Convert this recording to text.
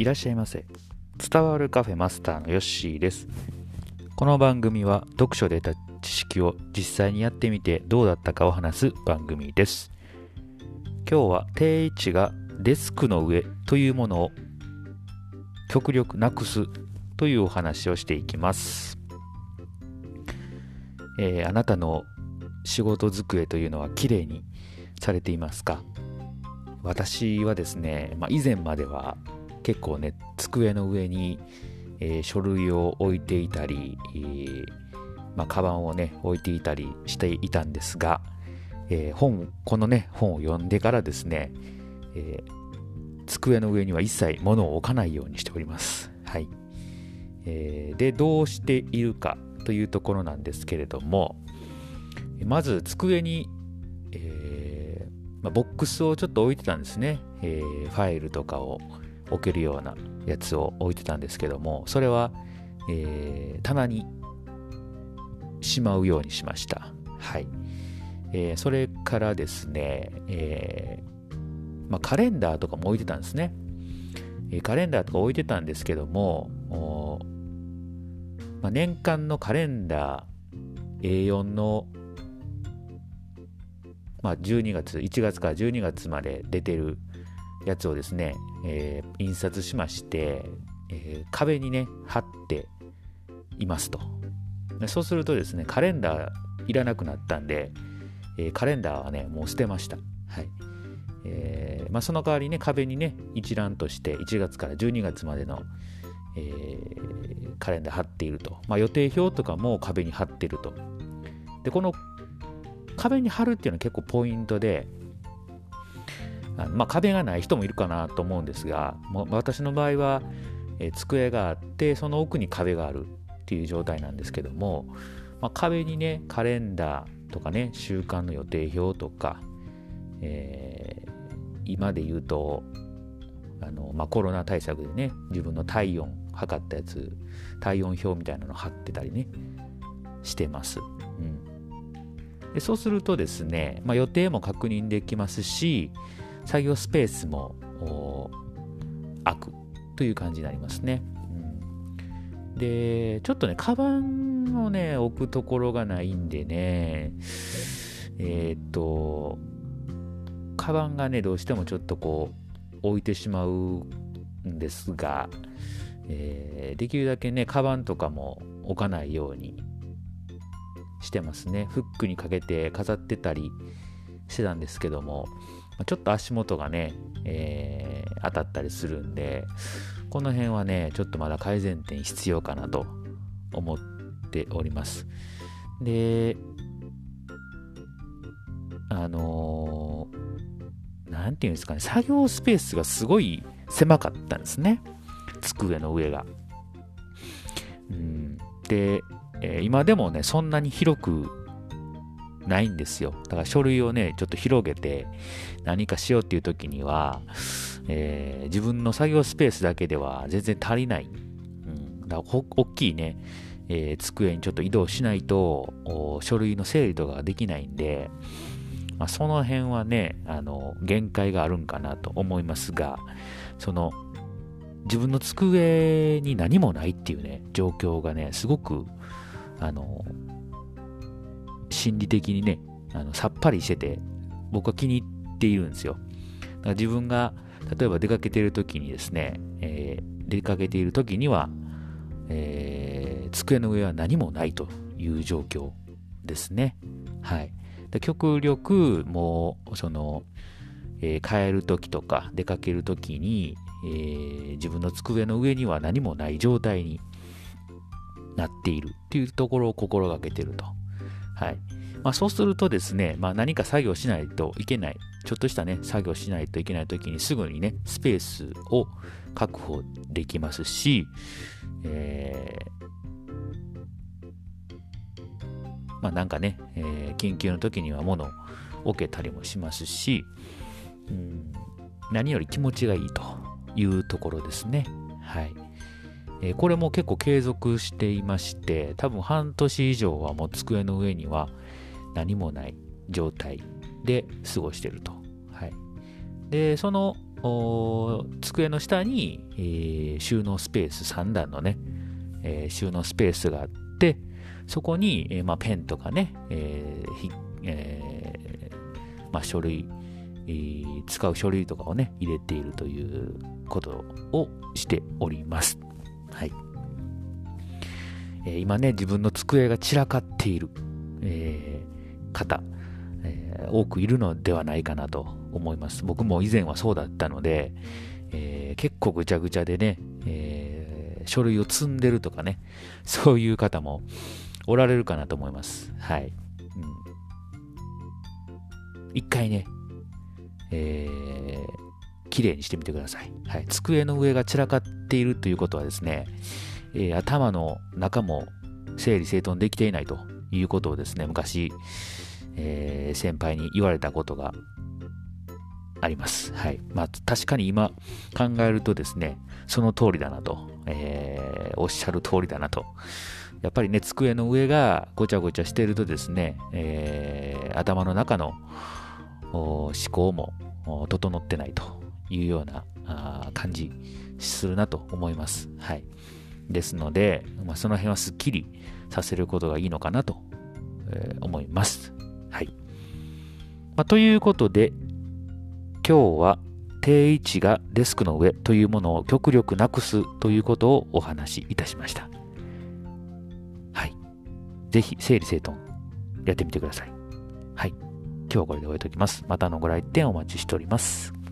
いらっしゃいませ。伝わるカフェマスターのヨッシーです。この番組は読書で得た知識を実際にやってみてどうだったかを話す番組です。今日は定位置がデスクの上というものを極力なくすというお話をしていきます。あなたの仕事机というのはきれいにされていますか？私はですね、以前までは結構ね、机の上に、書類を置いていたり、カバンをね置いていたりしていたんですが、このね本を読んでからですね、机の上には一切物を置かないようにしております。はい。で、どうしているかというところなんですけれども、まず机に、ボックスをちょっと置いてたんですね。ファイルとかを置けるようなやつを置いてたんですけども、それは、棚にしまうようにしました。はい。それからですね、カレンダーとかも置いてたんですね。カレンダーとか置いてたんですけども、年間のカレンダー A4 の1月から12月まで出てるやつをですね、印刷しまして、壁にね貼っていますと。そうするとですね、カレンダーいらなくなったんで、カレンダーはねもう捨てました。はい。その代わりね、壁にね一覧として1月から12月までの、カレンダー貼っていると。予定表とかも壁に貼っていると。で、この壁に貼るっていうのは結構ポイントで、壁がない人もいるかなと思うんですが、私の場合は、机があってその奥に壁があるっていう状態なんですけども、壁にねカレンダーとかね週間の予定表とか、今で言うとコロナ対策でね自分の体温測ったやつ、体温表みたいなの貼ってたりねしてます。で、そうするとですね、予定も確認できますし、作業スペースも空くという感じになりますね。で、ちょっとねカバンをね置くところがないんでね、カバンがねどうしてもちょっと置いてしまうんですが、できるだけねカバンとかも置かないようにしてますね。フックにかけて飾ってたりしてたんですけども、ちょっと足元がね、当たったりするんで、この辺はねちょっとまだ改善点必要かなと思っております。で、なんていうんですかね、作業スペースがすごい狭かったんですね、机の上が。で、今でもねそんなに広くないんですよ。だから書類をねちょっと広げて何かしようっていう時には、自分の作業スペースだけでは全然足りない。だから大きいね、机にちょっと移動しないと書類の整理とかができないんで、その辺はね限界があるんかなと思いますが、その自分の机に何もないっていうね状況がねすごく心理的にねさっぱりしてて、僕は気に入っているんですよ。だから自分が例えば出かけている時にですね、出かけている時には、机の上は何もないという状況ですね。はい。で、極力もう帰る時とか出かける時に、自分の机の上には何もない状態になっているっていうところを心がけていると。はい。そうするとですね、何か作業しないといけない、ちょっとしたね作業しないといけない時にすぐにねスペースを確保できますし、なんかね、緊急の時には物を置けたりもしますし、何より気持ちがいいというところですね。はい。これも結構継続していまして、多分半年以上はもう机の上には何もない状態で過ごしていると。はい。で、その机の下に、収納スペース3段のね、収納スペースがあって、そこに、ペンとかね、書類、使う書類とかをね、入れているということをしております。はい。今ね、自分の机が散らかっている、方、多くいるのではないかなと思います。僕も以前はそうだったので、結構ぐちゃぐちゃでね、書類を積んでるとかね、そういう方もおられるかなと思います。はい。一回ね、きれいにしてみてください。はい。机の上が散らかっているということはですね、頭の中も整理整頓できていないということをですね、昔、先輩に言われたことがあります。はい。確かに今考えるとですね、その通りだなと、おっしゃる通りだなと。やっぱりね、机の上がごちゃごちゃしてるとですね、頭の中の思考も整ってないというような感じするなと思います。はい。ですので、その辺はすっきりさせることがいいのかなと、思います。はい。ということで、今日は定位置がデスクの上というものを極力なくすということをお話しいたしました。はい。ぜひ整理整頓やってみてください。はい。今日はこれで終えておきます。またのご来店お待ちしております。